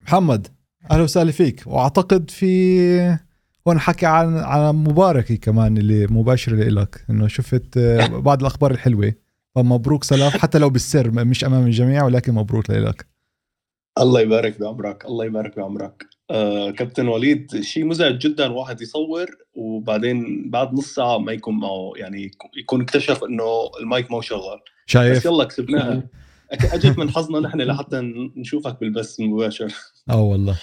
محمد، أهلا وسهلا فيك. وأعتقد في هون حكي عن مباركي كمان اللي مباشر لك، إنه شفت بعض الأخبار الحلوة، فمبروك سلاف حتى لو بالسر مش أمام الجميع، ولكن مبروك لك. الله يبارك بعمرك، الله يبارك بعمرك. كابتن وليد، شيء مزعج جدا واحد يصور وبعدين بعد نص ساعة ما يكون معه، يعني يكون اكتشف انه المايك مو شغال. بس شايف؟ يلا كسبناها. اجت من حظنا نحن لحتى نشوفك بالبث المباشر. والله.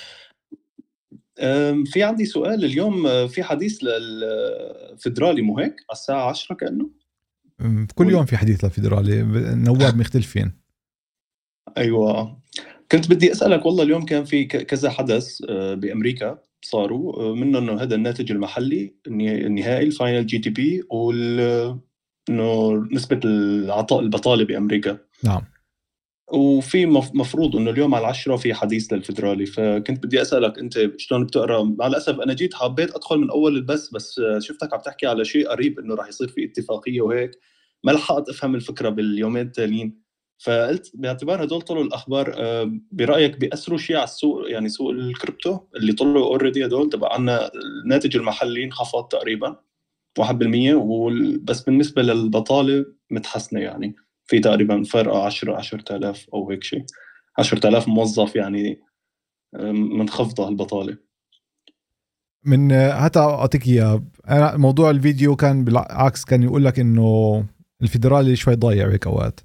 في عندي سؤال اليوم. في حديث للفدرالي مو هيك على الساعة 10 كأنه؟ كل يوم في حديث للفيدرالي، النواب مختلفين. ايوه، كنت بدي اسالك والله. اليوم كان في كذا حدث بامريكا صاروا، منه انه هذا الناتج المحلي النهائي الفاينل جي تي بي، انه نسبه العطاء البطاله بامريكا. نعم. وفي مفروض انه اليوم على 10 في حديث للفدرالي، فكنت بدي اسالك انت شلون بتقرا. مع الاسف انا جيت حبيت ادخل من اول البث، بس شفتك عم تحكي على شيء قريب انه راح يصير في اتفاقيه وهيك، ما لحقت افهم الفكره باليومين التاليين. فقلت باعتبار هدول طلعوا الاخبار، برايك بياثروا شيء على السوق، يعني سوق الكريبتو اللي طلعوا اوريدي هدول تبع عنا الناتج المحلي انخفض تقريبا 1%، بس بالنسبه للبطاله متحسنه، يعني في تقريبا فرق 10,000 او هيك شيء، 10,000 موظف يعني منخفضه البطاله. من حتى أعطيك إياه، موضوع الفيديو كان بالعكس، كان يقول لك إنه الفيدرالي شوي ضايع بهيك أوقات.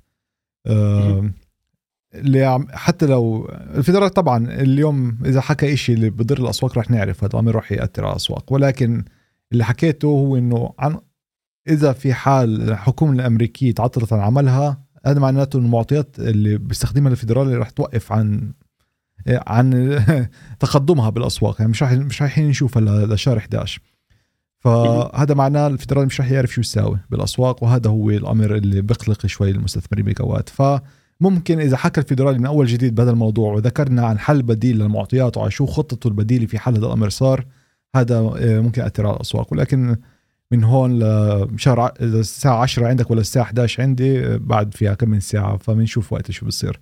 اللي حتى لو الفيدرالي طبعا اليوم إذا حكى إشي اللي بضر الأسواق رح نعرف هذا الأمر رح يأثر على الأسواق، ولكن اللي حكيته هو إنه إذا في حال الحكومة الأمريكية تعطلت عن عملها، هذا معناته المعطيات اللي بيستخدمها الفيدرالي رح توقف عن تقدمها بالأسواق، يعني مش رايحين نشوفها لشهر 11. فهذا معناه الفيدرالي مش راح يعرف شو يساوي بالأسواق، وهذا هو الأمر اللي بقلق شوي المستثمرين بكوات. فممكن إذا حكى الفيدرالي من أول جديد بهذا الموضوع وذكرنا عن حل بديل للمعطيات وعن شو خطته البديلة في حل هذا الأمر صار، هذا ممكن يأثر على الأسواق. ولكن من هون لشهر الساعة 10 عندك ولا الساعة 11 عندي، بعد فيها كم من ساعة، فبنشوف وقت شو بصير.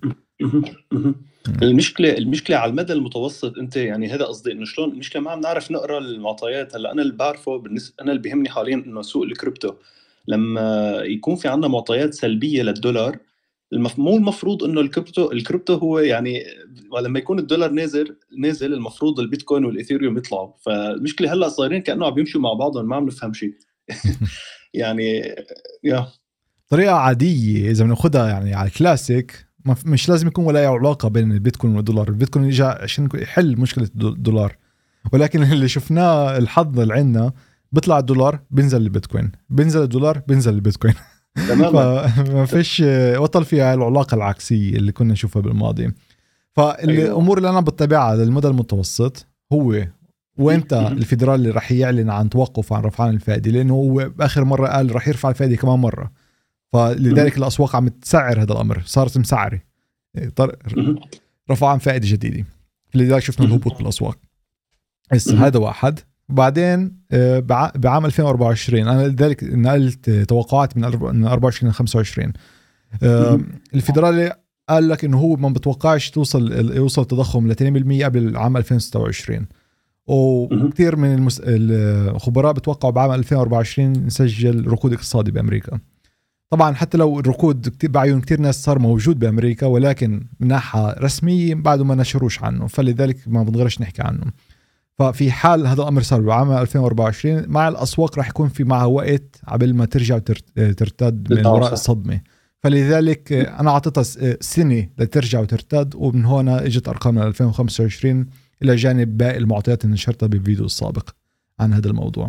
المشكله على المدى المتوسط، انت يعني هذا قصدي، انه شلون المشكله ما عم نعرف نقرا المعطيات. هلا انا اللي بعرفه بالنسبه، انا اللي بيهمني حاليا انه سوق الكريبتو لما يكون في عندنا معطيات سلبيه للدولار، مو المفروض انه الكريبتو هو يعني، ولما يكون الدولار نازل المفروض البيتكوين والايثيريوم يطلعوا. فالمشكله هلا صايرين كانه عم يمشوا مع بعضهم، ما عم نفهم شيء. يعني يا طريقة عادية إذا بناخدها يعني على الكلاسيك، مش لازم يكون ولا علاقة بين البيتكوين والدولار. البيتكوين يجي عشان يحل مشكلة الدولار، ولكن اللي شفناه الحظ اللي عندنا، بيطلع الدولار بينزل البيتكوين، بينزل الدولار بينزل البيتكوين. تماما. فما فيش وطل فيها العلاقة العكسية اللي كنا نشوفها بالماضي. فالأمور اللي أنا بتابعها للمدى المتوسط هو وانت الفيدرالي اللي رح يعلن عن توقف عن رفعان الفائدة، لأنه هو بآخر مرة قال رح يرفع الفائدة كمان مرة. فلذلك الأسواق عم تسعر هذا الأمر، صارت مسعرة رفع عن فائدة جديدة، لذلك شفنا الهبوط بالأسواق. هذا واحد. وبعدين بعام 2024 أنا لذلك نقلت توقعات من 24 ل 25. الفيدرالي قال لك إنه هو ما بتوقعش يوصل التضخم ل 2% قبل عام 2026، وكثير من الخبراء بتوقعوا بعام 2024 نسجل ركود اقتصادي بأمريكا. طبعا حتى لو الركود بعيون كتير ناس صار موجود بأمريكا، ولكن من ناحية رسمية بعده ما نشروش عنه، فلذلك ما بنقدرش نحكي عنه. ففي حال هذا الأمر صار بعام 2024 مع الأسواق راح يكون في معها وقت قبل ما ترجع ترتد من وراء الصدمة. فلذلك أنا عطيتها سنة لترجع وترتد، ومن هنا اجت أرقامنا 2025 إلى جانب باقي المعطيات اللي نشرتها بالفيديو السابق عن هذا الموضوع.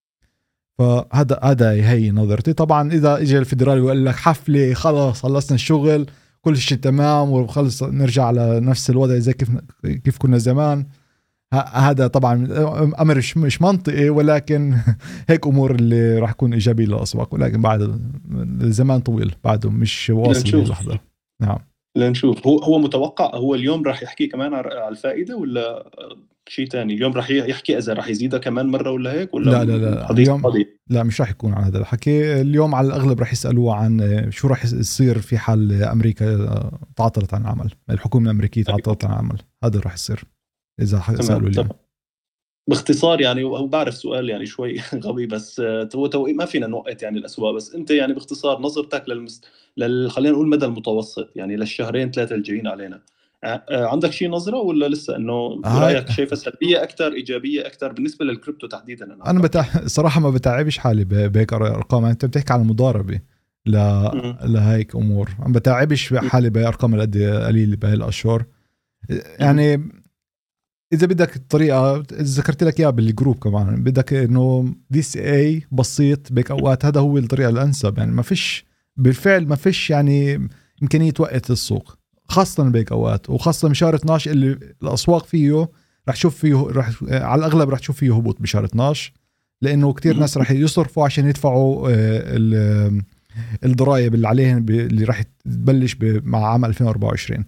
فهذا هي نظرتي. طبعا إذا إجا الفيدرالي وقال لك حفلة خلاص خلصنا الشغل كل شيء تمام وخلص نرجع على نفس الوضع زي كيف كنا زمان، هذا طبعا أمر مش منطقي، ولكن هيك أمور اللي راح يكون إيجابي للأسواق. ولكن بعد الزمان طويل، بعده مش واصل للحظة. نعم لنشوف. هو متوقع هو اليوم راح يحكي كمان على الفائدة ولا شيء تاني؟ اليوم راح يحكي إذا راح يزيدها كمان مرة ولا هيك، ولا لا اليوم فاضي؟ لا مش راح يكون عن هذا الحكي اليوم. على الأغلب راح يسألوه عن شو راح يصير في حال أمريكا تعطلت عن العمل، الحكومة الأمريكية تعطلت عن العمل، هذا راح يصير. اذا سالوا لي. باختصار يعني، وبعرف سؤال يعني شوي غبي، بس هو توقيت ما فينا نوقت يعني الأسواق، بس أنت يعني باختصار نظرتك خلينا نقول مدى المتوسط، يعني للشهرين 3 الجايين علينا، عندك شيء نظرة ولا لسه إنه هاي برأيك شايفها سلبية أكثر إيجابية أكثر بالنسبة للكريبتو تحديدا؟ انا صراحه ما بتعبش حالي بهيك ارقام. انت بتحكي عن المضاربه لهيك امور، ما بتعبش حالي بارقام قد قليل بهاي الاشهر. يعني اذا بدك الطريقه ذكرت لك اياها بالجروب كمان، بدك انه DCA بسيط بهيك اوقات، هذا هو الطريقه الانسب. يعني ما فيش بالفعل ما فيش يعني امكانيه توقت السوق، خاصه بهيك اوقات، وخاصه بشهر 12 اللي الاسواق فيه رح تشوف فيه، على الاغلب رح تشوف فيه هبوط بشهر 12، لانه كتير ناس رح يصرفوا عشان يدفعوا الضرائب اللي عليهم اللي رح تبلش مع عام 2024.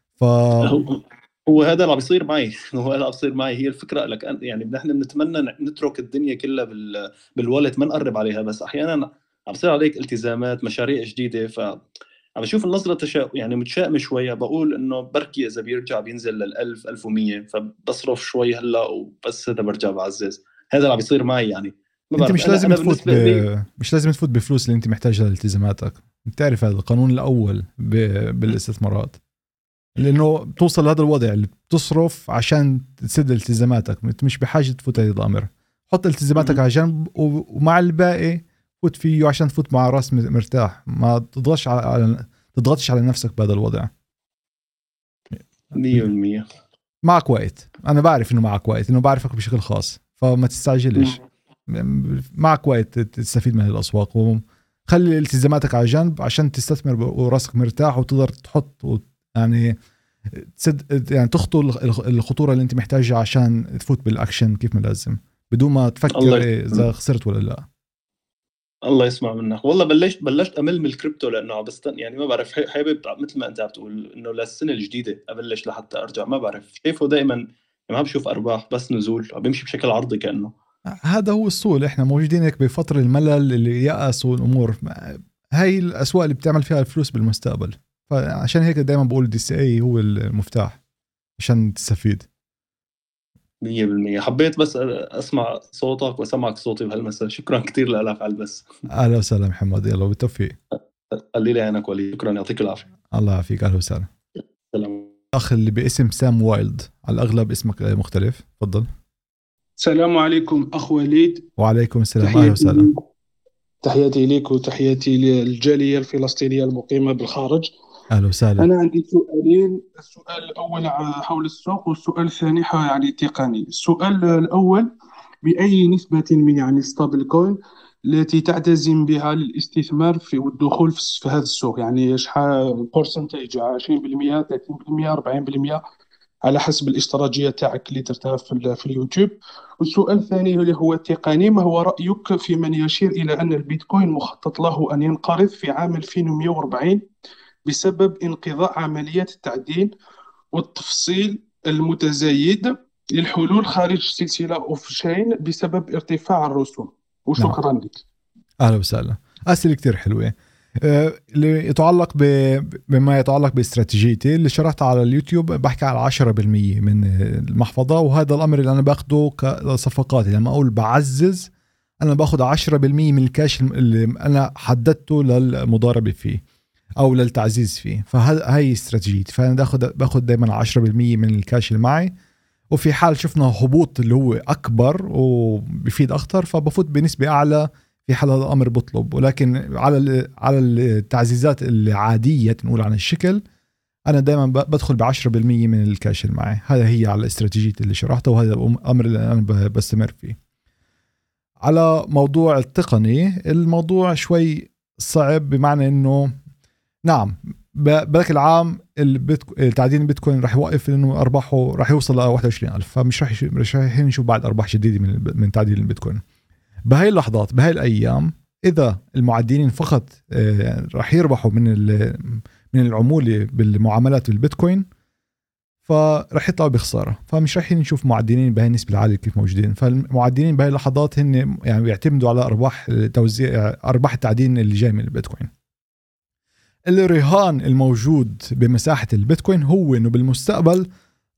هو هذا اللي بيصير معي هو هذا اللي بيصير معي. هي الفكره لك يعني نحن بنتمنى نترك الدنيا كلها بالوالت، ما نقرب عليها، بس احيانا عم بصير عليك التزامات، مشاريع جديده، عم بشوف النظره يعني متشائمه شويه. بقول انه بركي اذا بيرجع بينزل لل1000 1100 فبصرف شوي هلا وبس، هذا برجع بعزز. هذا اللي بيصير معي يعني. ما انت بعرف، مش لازم تفوت لي مش لازم تفوت بفلوس اللي انت محتاجها لالتزاماتك. بتعرف هذا القانون الاول بالاستثمارات، لانه توصل لهذا الوضع اللي بتصرف عشان تسد التزاماتك، انت مش بحاجه تفوت هذا الامر. حط التزاماتك على جنب ومع الباقي فوت فيه عشان تفوت مع راس مرتاح، ما تضغطش على نفسك بهذا الوضع. 100%. معك وقت، انا بعرف انه معك وقت، انه بعرفك بشكل خاص، فما تستعجلش. معك وقت تستفيد من الاسواق، وخلي التزاماتك على جنب عشان تستثمر وراسك مرتاح وتقدر تحط يعني يعني تخطو الخطوره اللي انت محتاجها عشان تفوت بالاكشن كيف ما لازم، بدون ما تفكر اذا خسرت ولا لا. الله يسمع منك. والله بلشت امل من الكريبتو، لانه يعني ما بعرف، حابب مثل ما انت بتقول انه للسنه الجديده ابلش لحتى ارجع. ما بعرف، شايفه دائما ما بشوف ارباح، بس نزول بيمشي بشكل عرضي كانه. هذا هو السوق، احنا موجودين هيك بفتره الملل اللي يأس والامور. هاي الاسواق اللي بتعمل فيها الفلوس بالمستقبل، فعشان هيك دائما بقول DCA هو المفتاح عشان تستفيد. 100%. حبيت بس اسمع صوتك وسمعك صوتي بهالمساء. شكرا كثير لك على البس. اهلا وسهلا محمد، يلا بالتوفيق. خلي لي عينك ولي. شكرا، يعطيك العافيه. الله يعافيك، اهلا وسهلا. سلام. اخ اللي باسم سام وايلد، على الاغلب اسمك مختلف، تفضل. السلام عليكم أخ وليد. وعليكم السلام، اهلا وسهلا. تحياتي لك وتحياتي للجالية الفلسطينية المقيمة بالخارج. اهلا وسهلا. أنا عندي سؤالين، السؤال الأول حول السوق، والسؤال الثاني يعني تقني. السؤال الأول: بأي نسبة من يعني ستابل كوين التي تعتزم بها للاستثمار في والدخول في هذا السوق؟ يعني شحال برسنتيج، 20%، 30%، 40%، على حسب الاشتراكية تاعك اللي درتها في اليوتيوب. والسؤال الثاني اللي هو التقني: ما هو رأيك في من يشير إلى أن البيتكوين مخطط له أن ينقرض في عام 2140 بسبب انقضاء عملية التعدين والتفصيل المتزايد للحلول خارج سلسلة أوف شين بسبب ارتفاع الرسوم؟ وشكرا لك. أهلا وسهلا. أسئلة كتير حلوة. اللي يتعلق بما يتعلق باستراتيجيتي اللي شرحتها على اليوتيوب، بحكي على 10% من المحفظة، وهذا الأمر اللي أنا باخده كصفقات. لما أقول بعزز، أنا باخد 10% من الكاش اللي أنا حددته للمضاربة فيه أو للتعزيز فيه. فهي استراتيجيتي، فأنا باخد دايما 10% من الكاش اللي معي، وفي حال شفنا هبوط اللي هو أكبر وبيفيد أخطر فبفوت بنسبة أعلى، في حال هذا الأمر بطلب. ولكن على التعزيزات العادية نقول عن الشكل، أنا دائما بدخل ب10% من الكاش اللي معي. هذا هي على الاستراتيجية اللي شرحته، وهذا الأمر اللي أنا بستمر فيه. على موضوع التقني، الموضوع شوي صعب، بمعنى أنه نعم بذاك العام تعدين البيتكوين راح يوقف، لأنه أرباحه راح يوصل ل 21,000، فمش راح نشوف بعد أرباح شديدة من تعدين البيتكوين بهاي اللحظات. بهاي الأيام إذا المعدنين فقط راح يربحوا من العمولة بالمعاملات بالبيتكوين، فراح يطلعوا بخسارة، فمش راح نشوف معدنين بهاي النسبة العالية كيف موجودين. فالمعدنين بهاي اللحظات هن يعني بيعتمدوا على أرباح توزيع أرباح التعدين اللي جاي من البيتكوين. الرهان الموجود بمساحة البيتكوين هو إنه بالمستقبل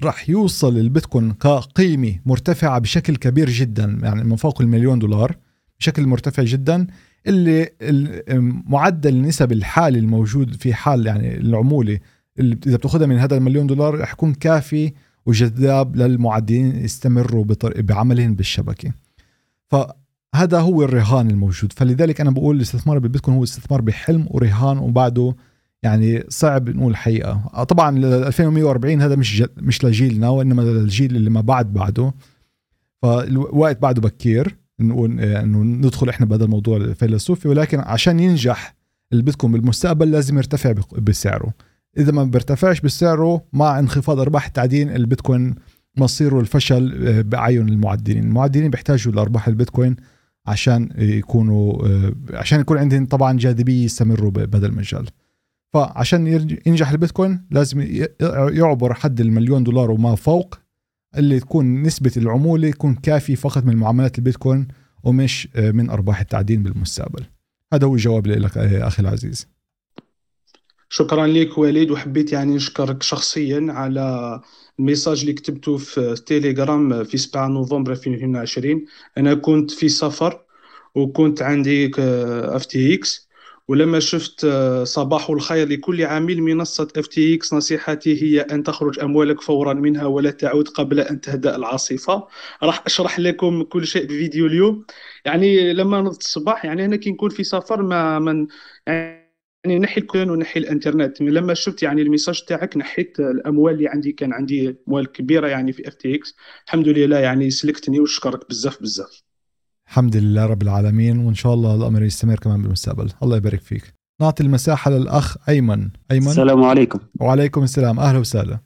راح يوصل البيتكوين كقيمة مرتفعة بشكل كبير جدا، يعني من فوق $1,000,000 بشكل مرتفع جدا، اللي معدل النسب الحالي الموجود في حال يعني العمولة اللي إذا بتأخذها من هذا $1,000,000 رح يكون كافي وجذاب للمعدلين يستمروا بعملهم بالشبكة. فهذا هو الرهان الموجود. فلذلك أنا بقول الاستثمار بالبيتكوين هو استثمار بحلم ورهان، وبعده يعني صعب نقول الحقيقة. طبعا 2140 هذا مش لجيلنا، وإنما للجيل اللي ما بعده، فالوقت بعده بكير إنه ندخل إحنا بهذا الموضوع الفيلسوفي. ولكن عشان ينجح البيتكوين بالمستقبل لازم يرتفع بسعره. إذا ما بيرتفعش بسعره مع انخفاض أرباح التعدين، البيتكوين مصيره الفشل بعين المعدلين بيحتاجوا لأرباح البيتكوين عشان يكون عندهم طبعا جاذبية يستمروا بهذا المجال. فعشان ينجح البيتكوين لازم يعبر حد $1,000,000 وما فوق، اللي تكون نسبة العمولة يكون كافي فقط من معاملات البيتكوين ومش من أرباح التعدين بالمستقبل. هذا هو الجواب لك أخي العزيز. شكرا لك وليد، وحبيت يعني نشكرك شخصيا على الميساج اللي كتبته في تيليجرام في 7 نوفمبر 2022. أنا كنت في سفر وكنت عندي FTX، ولما شفت صباح الخير لكل عميل منصة FTX، نصيحتي هي أن تخرج أموالك فورا منها ولا تعود قبل أن تهدأ العاصفة. راح أشرح لكم كل شيء بفيديو اليوم. يعني لما نضت الصباح، يعني أنا كي نكون في سفر ما من يعني نحي الكون ونحي الانترنت. لما شفت يعني الميساج تاعك نحيت الاموال اللي عندي، كان عندي اموال كبيره يعني في FTX. الحمد لله يعني سلكتني، وشكرك بزاف بزاف. الحمد لله رب العالمين، وإن شاء الله الأمر يستمر كمان بالمستقبل. الله يبارك فيك. نعطي المساحة للأخ أيمن. السلام عليكم. وعليكم السلام، أهلا وسهلا.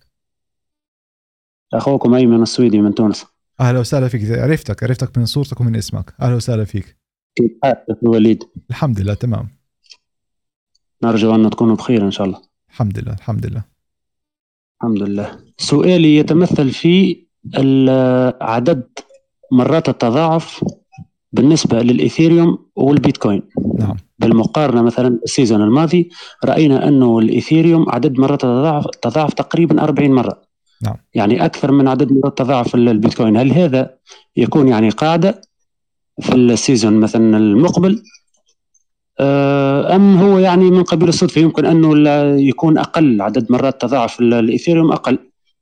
أخوكم أيمن السويدي من تونس. أهلا وسهلا فيك. عرفتك من صورتك ومن اسمك. أهلا وسهلا فيك. كيف حالك وليد؟ الحمد لله تمام. نرجو أن تكونوا بخير إن شاء الله. الحمد لله الحمد لله الحمد لله. سؤالي يتمثل في عدد مرات التضاعف بالنسبة للإيثيريوم والبيتكوين. نعم. بالمقارنة مثلا السيزون الماضي رأينا أنه الإيثيريوم عدد مرات التضاعف تقريبا 40 مرة. نعم. يعني أكثر من عدد مرات تضاعف البيتكوين. هل هذا يكون يعني قاعدة في السيزون مثلا المقبل، أم هو يعني من قبيل الصدفة؟ يمكن أنه يكون أقل عدد مرات تضاعف الإيثيريوم أقل.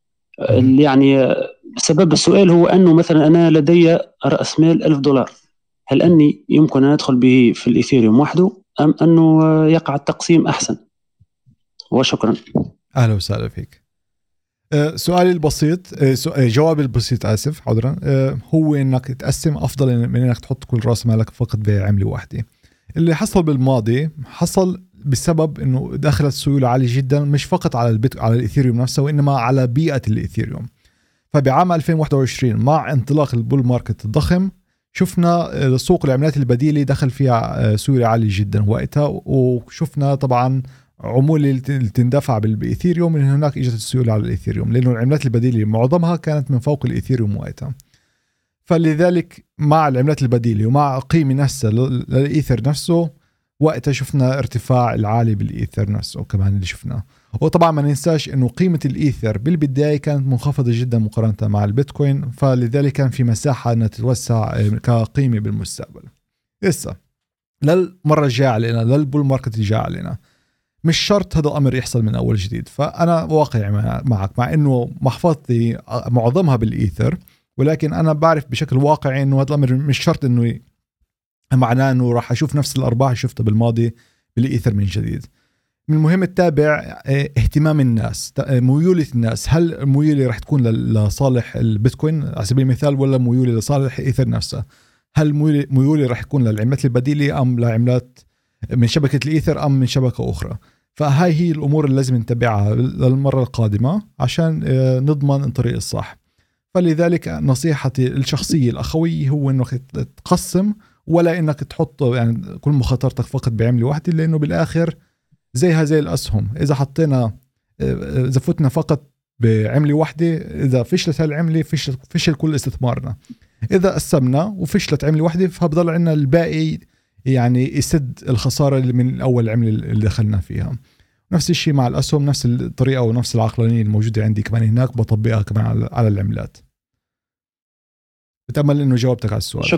يعني سبب السؤال هو أنه مثلا أنا لدي رأس مال $1,000، هل أني يمكن أن أدخل به في الإيثيريوم وحده، أم أنه يقع التقسيم أحسن؟ وشكرا. أهلا وسهلا فيك. سؤالي البسيط، جوابي البسيط آسف عذرا، هو إنك تقسم أفضل من إنك تحط كل رأس مالك فقط بعملة واحدة. اللي حصل بالماضي حصل بسبب إنه دخلت سيولة عالية جدا، مش فقط على على الإيثيريوم نفسه، وإنما على بيئة الإيثيريوم. فبعام 2021 مع انطلاق البول ماركت الضخم شفنا سوق العملات البديلة دخل فيها سيولة عالية جدا وقتها، وشفنا طبعا عمولة اللي تندفع بالإيثيريوم، من هناك إجت السيولة على الإيثيريوم لأنه العملات البديلة معظمها كانت من فوق الإيثيريوم وقتها. فلذلك مع العملات البديلة ومع قيمة نفسها للإيثر نفسه وقتها شفنا ارتفاع العالي بالإيثر نفسه كمان اللي شفناه. وطبعا ما ننساش انه قيمة الإيثر بالبداية كانت منخفضة جدا مقارنة مع البيتكوين، فلذلك كان في مساحة انها تتوسع كقيمة بالمستقبل. لسه للمرة الجاية علينا، للبول ماركت الجاي علينا، مش شرط هذا الأمر يحصل من أول جديد. فأنا واقعي معك، مع انه محفظتي معظمها بالإيثر، ولكن أنا بعرف بشكل واقعي انه هذا الأمر مش شرط انه معناه انه راح اشوف نفس الارباح اللي شفتها بالماضي بالايثر من جديد. من المهم تتابع اهتمام الناس، ميولة الناس، هل الميولة راح تكون لصالح البيتكوين على سبيل المثال ولا ميولة لصالح الايثر نفسها؟ هل ميولة راح تكون للعملات البديلة ام لعملات من شبكة الايثر ام من شبكة اخرى؟ فهاي هي الامور اللي لازم نتابعها للمرة القادمة عشان نضمن الطريق الصح. فلذلك نصيحتي الشخصية الأخوية هو انك تقسم، ولا انك تحط يعني كل مخاطرتك فقط بعملة واحدة، لانه بالاخر زيها زي الاسهم، اذا حطينا اذا فتنا فقط بعملة واحدة، اذا فشلت هالعملة فشل كل استثمارنا. اذا قسمنا وفشلت عملة واحدة فبضل عندنا الباقي يعني يسد الخسارة اللي من اول عملة اللي دخلنا فيها. نفس الشيء مع الأسهم، نفس الطريقة ونفس العقلانية الموجودة عندي كمان هناك بطبقها كمان على العملات. بتأمل إنه جاوبتك على السؤال.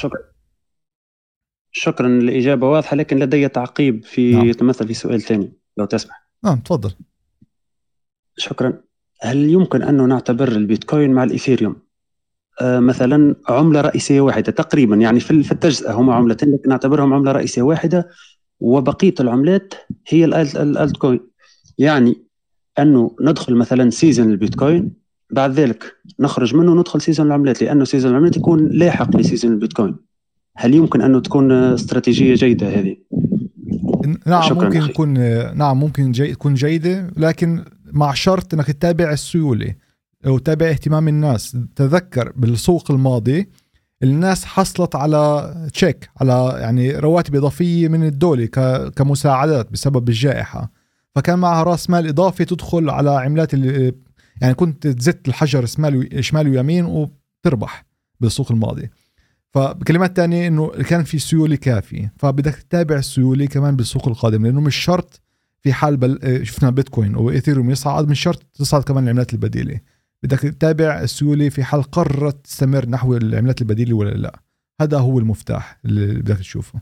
شكرا الإجابة واضحة، لكن لدي تعقيب في تمثل في سؤال ثاني لو تسمح. تفضل. شكرا. هل يمكن أن نعتبر البيتكوين مع الإيثيريوم مثلا عملة رئيسية واحدة تقريبا، يعني في التجزئة هما عملتين لكن نعتبرهم عملة رئيسية واحدة وبقية العملات هي الالت كوين، يعني أنه ندخل مثلا سيزن البيتكوين بعد ذلك نخرج منه ندخل سيزن العملات، لأنه سيزن العملات يكون لاحق لسيزن البيتكوين. هل يمكن أنه تكون استراتيجية جيدة هذه؟ نعم ممكن يكون، ممكن تكون جيدة، لكن مع شرط أنك تتابع السيولة وتابع اهتمام الناس. تذكر بالسوق الماضي الناس حصلت على تشيك، على يعني رواتب إضافية من الدولة كمساعدات بسبب الجائحة، فكان معها رأس مال إضافي تدخل على عملات اللي يعني كنت تزت الحجر شمال ويمين وتربح بالسوق الماضي. فبكلمات تانية إنه كان في سيولة كافية، فبدك تتابع السيولة كمان بالسوق القادم، لأنه مش شرط في حال شفنا بيتكوين وإيثيريوم يصعد مش شرط تصعد كمان العملات البديلة. بدك تتابع السيولة في حال قررت تستمر نحو العملات البديلة ولا لا. هذا هو المفتاح اللي بدك تشوفه.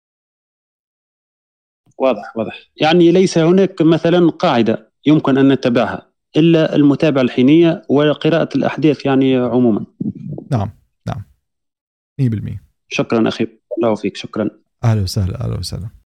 واضح. يعني ليس هناك مثلا قاعدة يمكن أن نتبعها إلا المتابعة الحينية وقراءة الأحداث يعني عموما. نعم 100%. شكرا أخي، الله فيك. شكرا. أهلا وسهلا.